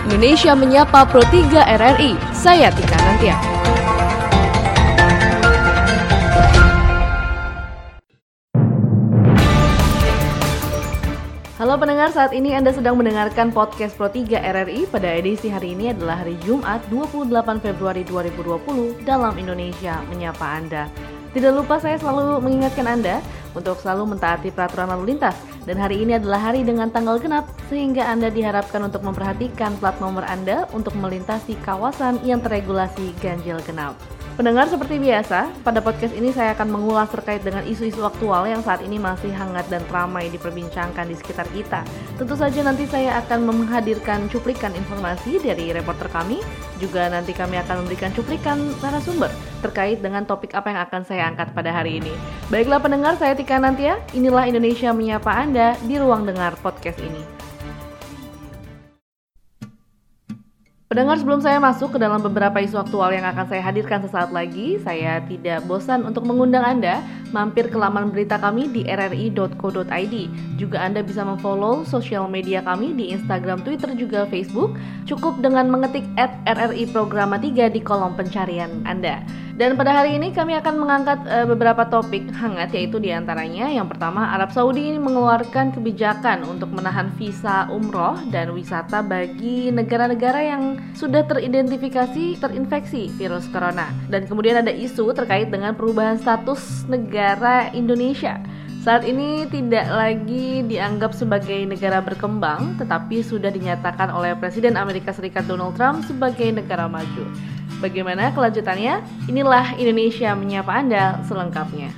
Indonesia Menyapa Pro 3 RRI. Saya Tika Nantia. Halo pendengar, saat ini Anda sedang mendengarkan podcast Pro 3 RRI. Pada edisi hari ini adalah hari Jumat 28 Februari 2020 dalam Indonesia Menyapa Anda. Tidak lupa saya selalu mengingatkan Anda untuk selalu mentaati peraturan lalu lintas. Dan hari ini adalah hari dengan tanggal genap, sehingga Anda diharapkan untuk memperhatikan plat nomor Anda untuk melintasi kawasan yang terregulasi ganjil genap. Pendengar, seperti biasa, pada podcast ini saya akan mengulas terkait dengan isu-isu aktual yang saat ini masih hangat dan ramai diperbincangkan di sekitar kita. Tentu saja nanti saya akan menghadirkan cuplikan informasi dari reporter kami, juga nanti kami akan memberikan cuplikan narasumber terkait dengan topik apa yang akan saya angkat pada hari ini. Baiklah pendengar, saya Tika Nantia, inilah Indonesia Menyapa Anda di ruang dengar podcast ini. Pendengar, sebelum saya masuk ke dalam beberapa isu aktual yang akan saya hadirkan sesaat lagi, saya tidak bosan untuk mengundang Anda mampir ke laman berita kami di rri.co.id. Juga Anda bisa memfollow sosial media kami di Instagram, Twitter, juga Facebook. Cukup dengan mengetik @RRI Programa 3 di kolom pencarian Anda. Dan pada hari ini kami akan mengangkat beberapa topik hangat, yaitu diantaranya yang pertama, Arab Saudi ini mengeluarkan kebijakan untuk menahan visa umroh dan wisata bagi negara-negara yang sudah teridentifikasi terinfeksi virus corona. Dan kemudian ada isu terkait dengan perubahan status negara Indonesia. Saat ini tidak lagi dianggap sebagai negara berkembang, tetapi sudah dinyatakan oleh Presiden Amerika Serikat Donald Trump sebagai negara maju. Bagaimana kelanjutannya? Inilah Indonesia Menyapa Anda selengkapnya.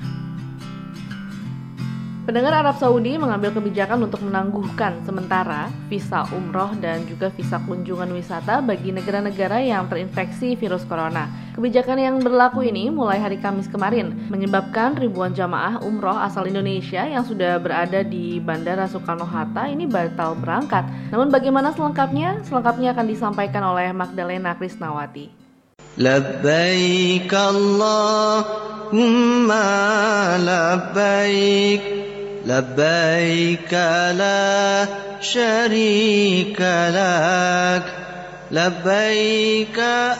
Pendengar, Arab Saudi mengambil kebijakan untuk menangguhkan sementara visa umroh dan juga visa kunjungan wisata bagi negara-negara yang terinfeksi virus corona. Kebijakan yang berlaku ini mulai hari Kamis kemarin menyebabkan ribuan jamaah umroh asal Indonesia yang sudah berada di Bandara Soekarno-Hatta ini batal berangkat. Namun bagaimana selengkapnya? Selengkapnya akan disampaikan oleh Magdalena Krisnawati. Labbaik Allahumma labbaik, labbaik la syarika lak, labbaik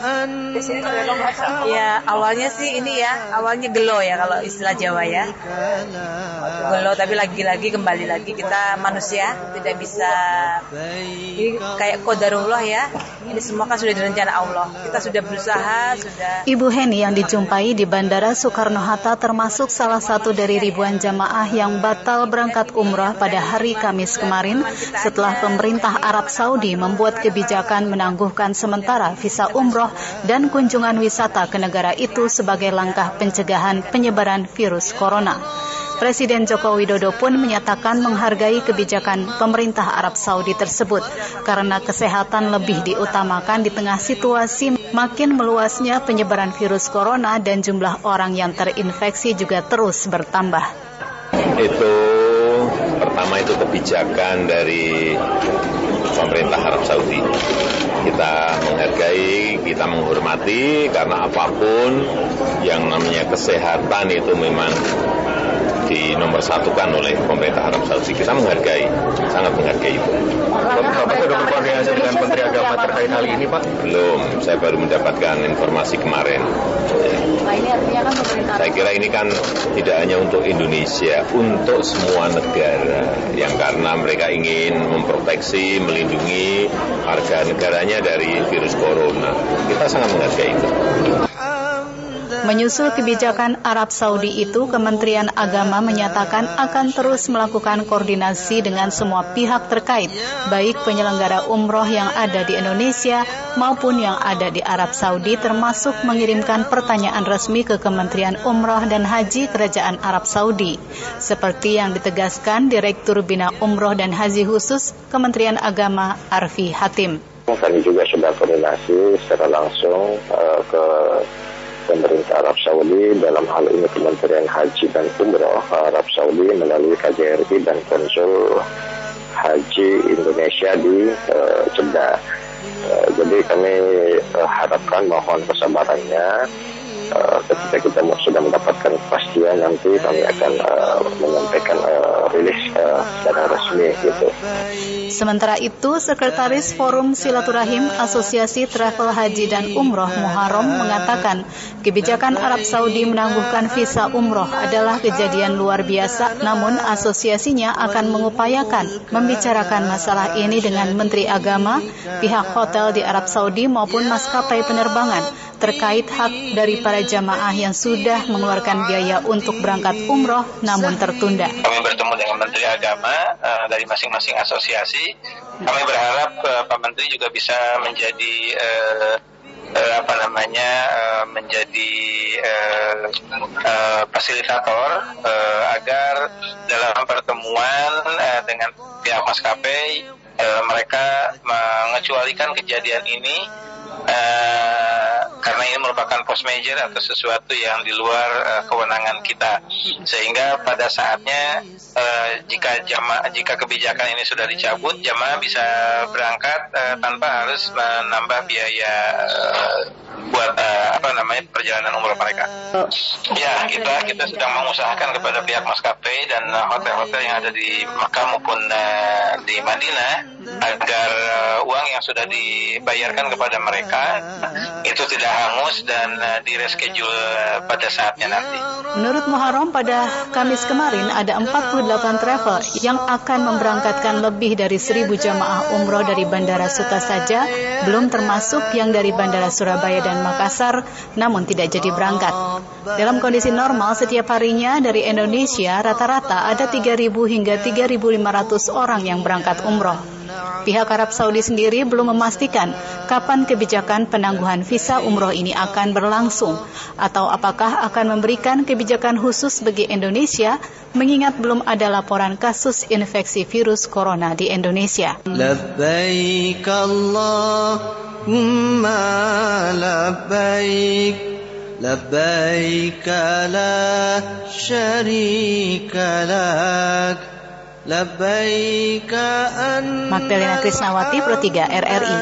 Ya, awalnya sih ini ya, awalnya gelo ya kalau istilah Jawa ya. Gelo, tapi lagi-lagi kembali lagi kita manusia tidak bisa. Ini kayak qadarullah ya. Ini semua kan sudah direncana Allah. Kita sudah berusaha, sudah. Ibu Heni yang dijumpai di Bandara Soekarno-Hatta termasuk salah satu dari ribuan jamaah yang batal berangkat umrah pada hari Kamis kemarin setelah pemerintah Arab Saudi membuat kebijakan menangguhkan sementara visa umroh dan kunjungan wisata ke negara itu sebagai langkah pencegahan penyebaran virus corona. Presiden Joko Widodo pun menyatakan menghargai kebijakan pemerintah Arab Saudi tersebut karena kesehatan lebih diutamakan di tengah situasi makin meluasnya penyebaran virus corona dan jumlah orang yang terinfeksi juga terus bertambah. Itu pertama, itu kebijakan dari pemerintah Arab Saudi. Kita menghargai, kita menghormati, karena apapun yang namanya kesehatan itu memang dinomorsatukan oleh pemerintah Arab Saudi. Kita menghargai, sangat menghargai itu. Bapak sudah berkoordinasi dengan Menteri Agama terkait hal ini, Pak? Belum, saya baru mendapatkan informasi kemarin. Nah, ini artinya kan pemerintah. Saya kira ini kan tidak hanya untuk Indonesia, untuk semua negara yang karena mereka ingin memproteksi, melindungi warga negaranya dari virus corona. Kita sangat menghargai itu. Menyusul kebijakan Arab Saudi itu, Kementerian Agama menyatakan akan terus melakukan koordinasi dengan semua pihak terkait, baik penyelenggara umroh yang ada di Indonesia maupun yang ada di Arab Saudi, termasuk mengirimkan pertanyaan resmi ke Kementerian Umroh dan Haji Kerajaan Arab Saudi. Seperti yang ditegaskan Direktur Bina Umroh dan Haji Khusus Kementerian Agama Arfi Hatim. Kami juga sudah koordinasi secara langsung ke pemerintah Arab Saudi, dalam hal ini Kementerian Haji dan Umroh Arab Saudi melalui KJRI dan Konsul Haji Indonesia di Jeddah. Jadi kami harapkan, mohon kesabarannya ketika kita sudah mendapatkan kepastian, nanti kami akan menyampaikan rilis secara resmi gitu. Sementara itu, Sekretaris Forum Silaturahim Asosiasi Travel Haji dan Umroh Muharram mengatakan kebijakan Arab Saudi menangguhkan visa umroh adalah kejadian luar biasa, namun asosiasinya akan mengupayakan membicarakan masalah ini dengan Menteri Agama, pihak hotel di Arab Saudi maupun maskapai penerbangan terkait hak dari para jamaah yang sudah mengeluarkan biaya untuk berangkat umroh namun tertunda. Kami bertemu dengan Menteri Agama dari masing-masing asosiasi. Kami berharap Pak Menteri juga bisa menjadi menjadi fasilitator agar dalam pertemuan dengan pihak maskapai mereka mengecualikan kejadian ini karena ini merupakan force majeure atau sesuatu yang di luar kewenangan kita, sehingga pada saatnya jika kebijakan ini sudah dicabut, jamaah bisa berangkat tanpa harus menambah biaya buat perjalanan umroh mereka. Ya, kita sedang mengusahakan kepada pihak maskapai dan hotel-hotel yang ada di Mekah maupun di Madinah agar uang yang sudah dibayarkan kepada mereka itu tidak hangus dan di-reschedule pada saatnya nanti. Menurut Muharram, pada Kamis kemarin ada 48 travel yang akan memberangkatkan lebih dari 1.000 jamaah umroh dari Bandara Suta saja, belum termasuk yang dari Bandara Surabaya dan Makassar, namun tidak jadi berangkat. Dalam kondisi normal, setiap harinya dari Indonesia rata-rata ada 3.000 hingga 3.500 orang yang berangkat umroh. Pihak Arab Saudi sendiri belum memastikan kapan kebijakan penangguhan visa umroh ini akan berlangsung, atau apakah akan memberikan kebijakan khusus bagi Indonesia, mengingat belum ada laporan kasus infeksi virus corona di Indonesia. Labbaik Allahumma labbaik, labbaik la syarika lak, Magdalena Krisnawati, Pro 3 RRI.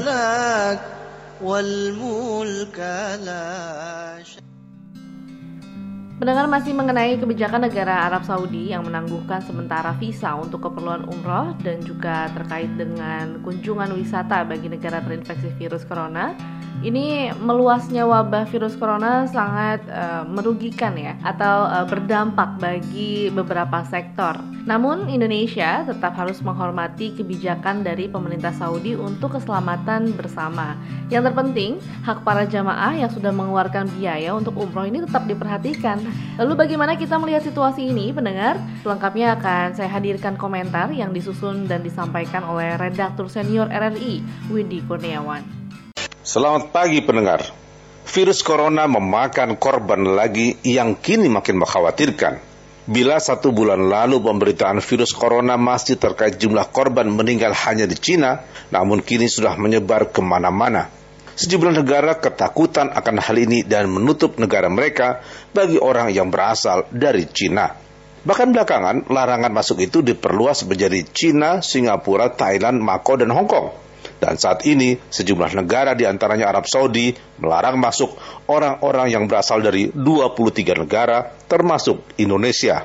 Pendengar, masih mengenai kebijakan negara Arab Saudi yang menangguhkan sementara visa untuk keperluan umroh dan juga terkait dengan kunjungan wisata bagi negara terinfeksi virus corona. Ini meluasnya wabah virus corona sangat merugikan ya, atau berdampak bagi beberapa sektor. Namun Indonesia tetap harus menghormati kebijakan dari pemerintah Saudi untuk keselamatan bersama. Yang terpenting, hak para jamaah yang sudah mengeluarkan biaya untuk umroh ini tetap diperhatikan. Lalu bagaimana kita melihat situasi ini, pendengar? Selengkapnya akan saya hadirkan komentar yang disusun dan disampaikan oleh redaktur senior RRI, Widi Kurniawan. Selamat pagi pendengar. Virus corona memakan korban lagi yang kini makin mengkhawatirkan. Bila 1 bulan lalu pemberitaan virus corona masih terkait jumlah korban meninggal hanya di Cina, namun kini sudah menyebar kemana-mana. Sejumlah negara ketakutan akan hal ini dan menutup negara mereka bagi orang yang berasal dari Cina. Bahkan belakangan, larangan masuk itu diperluas menjadi Cina, Singapura, Thailand, Macau, dan Hong Kong. Dan saat ini, sejumlah negara di antaranya Arab Saudi melarang masuk orang-orang yang berasal dari 23 negara, termasuk Indonesia.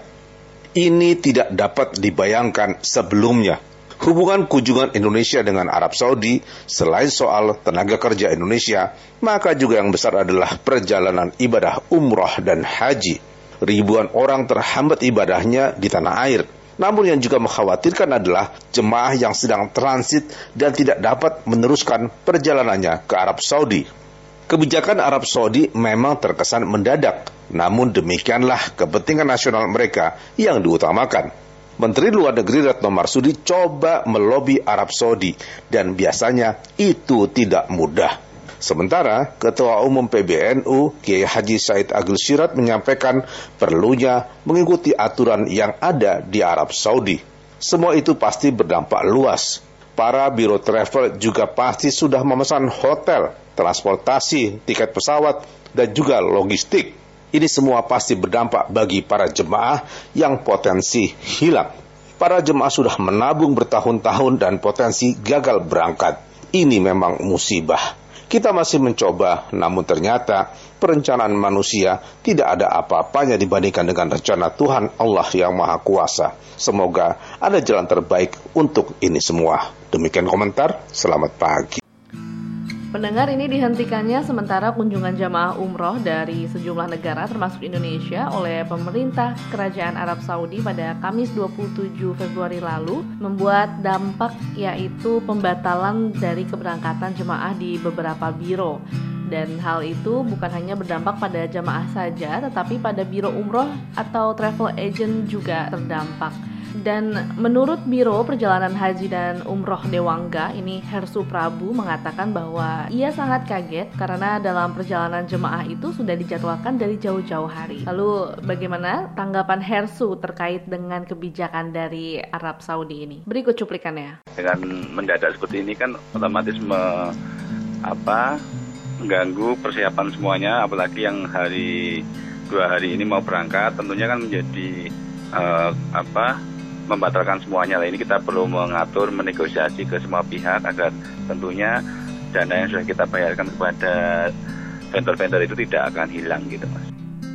Ini tidak dapat dibayangkan sebelumnya. Hubungan kunjungan Indonesia dengan Arab Saudi, selain soal tenaga kerja Indonesia, maka juga yang besar adalah perjalanan ibadah umrah dan haji. Ribuan orang terhambat ibadahnya di tanah air. Namun yang juga mengkhawatirkan adalah jemaah yang sedang transit dan tidak dapat meneruskan perjalanannya ke Arab Saudi. Kebijakan Arab Saudi memang terkesan mendadak, namun demikianlah kepentingan nasional mereka yang diutamakan. Menteri Luar Negeri Retno Marsudi coba melobi Arab Saudi, dan biasanya itu tidak mudah. Sementara Ketua Umum PBNU Kiai Haji Said Agil Siraj menyampaikan perlunya mengikuti aturan yang ada di Arab Saudi. Semua itu pasti berdampak luas. Para biro travel juga pasti sudah memesan hotel, transportasi, tiket pesawat, dan juga logistik. Ini semua pasti berdampak bagi para jemaah yang potensi hilang. Para jemaah sudah menabung bertahun-tahun dan potensi gagal berangkat. Ini memang musibah. Kita masih mencoba, namun ternyata perencanaan manusia tidak ada apa-apanya dibandingkan dengan rencana Tuhan Allah yang Maha Kuasa. Semoga ada jalan terbaik untuk ini semua. Demikian komentar, selamat pagi. Pendengar, ini dihentikannya sementara kunjungan jamaah umroh dari sejumlah negara termasuk Indonesia oleh pemerintah Kerajaan Arab Saudi pada Kamis 27 Februari lalu membuat dampak, yaitu pembatalan dari keberangkatan jemaah di beberapa biro. Dan hal itu bukan hanya berdampak pada jamaah saja, tetapi pada biro umroh atau travel agent juga terdampak. Dan menurut Biro Perjalanan Haji dan Umroh Dewangga, ini Hersu Prabu mengatakan bahwa ia sangat kaget karena dalam perjalanan jemaah itu sudah dijadwalkan dari jauh-jauh hari. Lalu bagaimana tanggapan Hersu terkait dengan kebijakan dari Arab Saudi ini? Berikut cuplikannya. Dengan mendadak seperti ini kan otomatis mengganggu persiapan semuanya, apalagi yang 2 hari ini mau berangkat, tentunya kan menjadi membatalkan semuanya. Ini kita perlu mengatur, menegosiasi ke semua pihak agar tentunya dana yang sudah kita bayarkan kepada vendor-vendor itu tidak akan hilang gitu, Mas.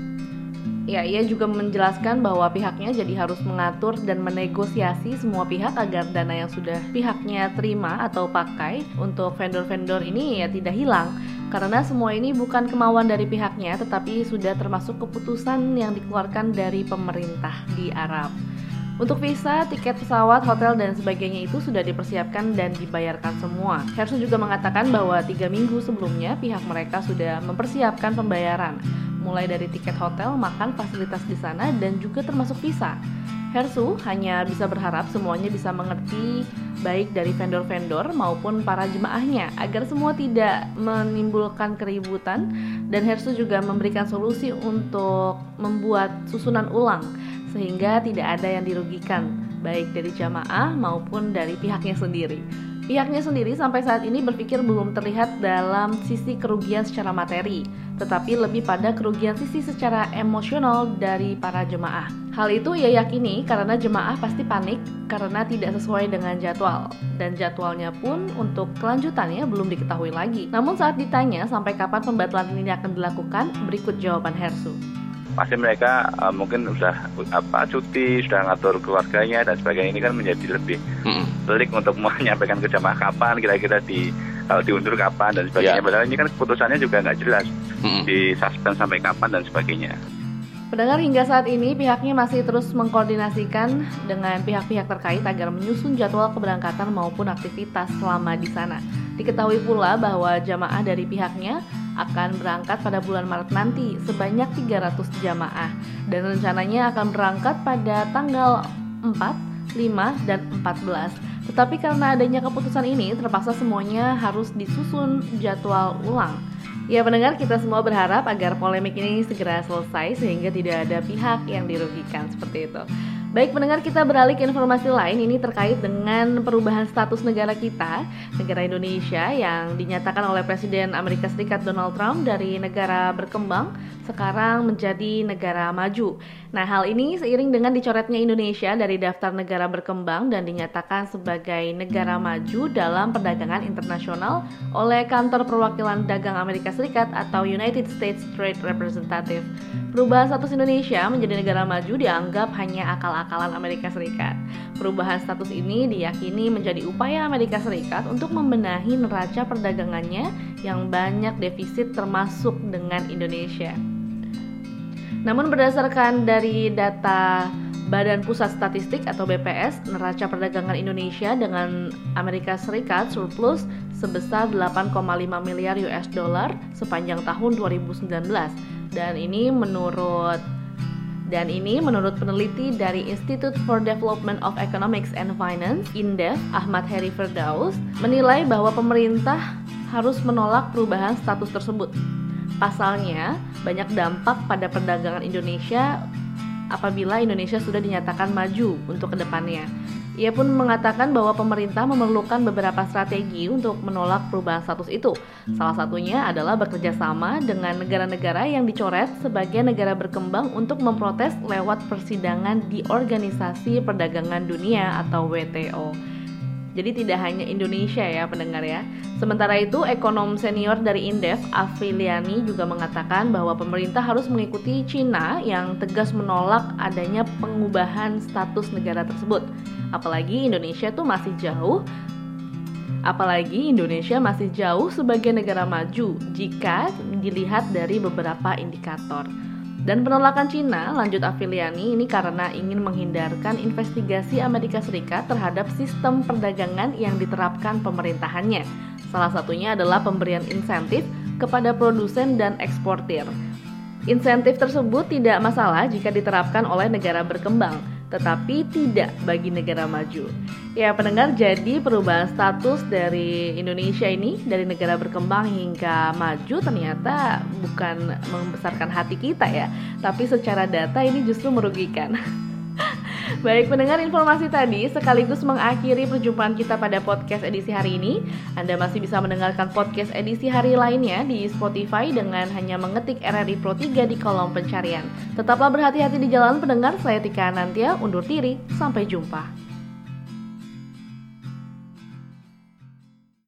Ya, ia juga menjelaskan bahwa pihaknya jadi harus mengatur dan menegosiasi semua pihak agar dana yang sudah pihaknya terima atau pakai untuk vendor-vendor ini ya tidak hilang. Karena semua ini bukan kemauan dari pihaknya, tetapi sudah termasuk keputusan yang dikeluarkan dari pemerintah di Arab. Untuk visa, tiket pesawat, hotel, dan sebagainya itu sudah dipersiapkan dan dibayarkan semua. Hersu juga mengatakan bahwa 3 minggu sebelumnya pihak mereka sudah mempersiapkan pembayaran, mulai dari tiket hotel, makan, fasilitas di sana, dan juga termasuk visa. Hersu hanya bisa berharap semuanya bisa mengerti, baik dari vendor-vendor maupun para jemaahnya, agar semua tidak menimbulkan keributan, dan Hersu juga memberikan solusi untuk membuat susunan ulang, sehingga tidak ada yang dirugikan, baik dari jamaah maupun dari pihaknya sendiri. Pihaknya sendiri sampai saat ini berpikir belum terlihat dalam sisi kerugian secara materi, tetapi lebih pada kerugian sisi secara emosional dari para jemaah. Hal itu ia yakini karena jemaah pasti panik karena tidak sesuai dengan jadwal, dan jadwalnya pun untuk kelanjutannya belum diketahui lagi. Namun saat ditanya sampai kapan pembatalan ini akan dilakukan, berikut jawaban Hersu. Pasti mereka mungkin sudah cuti, sudah ngatur keluarganya dan sebagainya. Ini kan menjadi lebih pelik untuk menyampaikan ke jamaah kapan kira-kira kalau diundur kapan dan sebagainya. Padahal ini kan keputusannya juga nggak jelas, di suspend sampai kapan dan sebagainya. Pendengar, hingga saat ini pihaknya masih terus mengkoordinasikan dengan pihak-pihak terkait agar menyusun jadwal keberangkatan maupun aktivitas selama di sana. Diketahui pula bahwa jamaah dari pihaknya akan berangkat pada bulan Maret nanti sebanyak 300 jamaah, dan rencananya akan berangkat pada tanggal 4, 5, dan 14. Tetapi karena adanya keputusan ini, terpaksa semuanya harus disusun jadwal ulang. Ya pendengar, kita semua berharap agar polemik ini segera selesai sehingga tidak ada pihak yang dirugikan, seperti itu. Baik pendengar, kita beralih ke informasi lain. Ini terkait dengan perubahan status negara kita, negara Indonesia yang dinyatakan oleh Presiden Amerika Serikat Donald Trump dari negara berkembang sekarang menjadi negara maju. Nah, hal ini seiring dengan dicoretnya Indonesia dari daftar negara berkembang dan dinyatakan sebagai negara maju dalam perdagangan internasional oleh Kantor Perwakilan Dagang Amerika Serikat atau United States Trade Representative. Perubahan status Indonesia menjadi negara maju dianggap hanya akal-akalan Amerika Serikat. Perubahan status ini diyakini menjadi upaya Amerika Serikat untuk membenahi neraca perdagangannya yang banyak defisit termasuk dengan Indonesia. Namun berdasarkan dari data Badan Pusat Statistik atau BPS, neraca perdagangan Indonesia dengan Amerika Serikat surplus sebesar 8,5 miliar US dollar sepanjang tahun 2019. Dan ini menurut peneliti dari Institute for Development of Economics and Finance, INDEF, Ahmad Heri Firdaus, menilai bahwa pemerintah harus menolak perubahan status tersebut. Pasalnya, banyak dampak pada perdagangan Indonesia apabila Indonesia sudah dinyatakan maju untuk kedepannya. Ia pun mengatakan bahwa pemerintah memerlukan beberapa strategi untuk menolak perubahan status itu. Salah satunya adalah bekerja sama dengan negara-negara yang dicoret sebagai negara berkembang untuk memprotes lewat persidangan di Organisasi Perdagangan Dunia atau WTO. Jadi tidak hanya Indonesia ya pendengar ya. Sementara itu, ekonom senior dari Indef, Afriliani juga mengatakan bahwa pemerintah harus mengikuti Cina yang tegas menolak adanya pengubahan status negara tersebut. Apalagi Indonesia masih jauh sebagai negara maju jika dilihat dari beberapa indikator. Dan penolakan Cina, lanjut Afriliani, ini karena ingin menghindarkan investigasi Amerika Serikat terhadap sistem perdagangan yang diterapkan pemerintahannya. Salah satunya adalah pemberian insentif kepada produsen dan eksportir. Insentif tersebut tidak masalah jika diterapkan oleh negara berkembang, tetapi tidak bagi negara maju. Ya pendengar, jadi perubahan status dari Indonesia ini dari negara berkembang hingga maju ternyata bukan membesarkan hati kita ya, tapi secara data ini justru merugikan. Baik pendengar, informasi tadi sekaligus mengakhiri perjumpaan kita pada podcast edisi hari ini. Anda masih bisa mendengarkan podcast edisi hari lainnya di Spotify dengan hanya mengetik RRI Pro 3 di kolom pencarian. Tetaplah berhati-hati di jalan pendengar, saya Tika Anantia undur diri, sampai jumpa.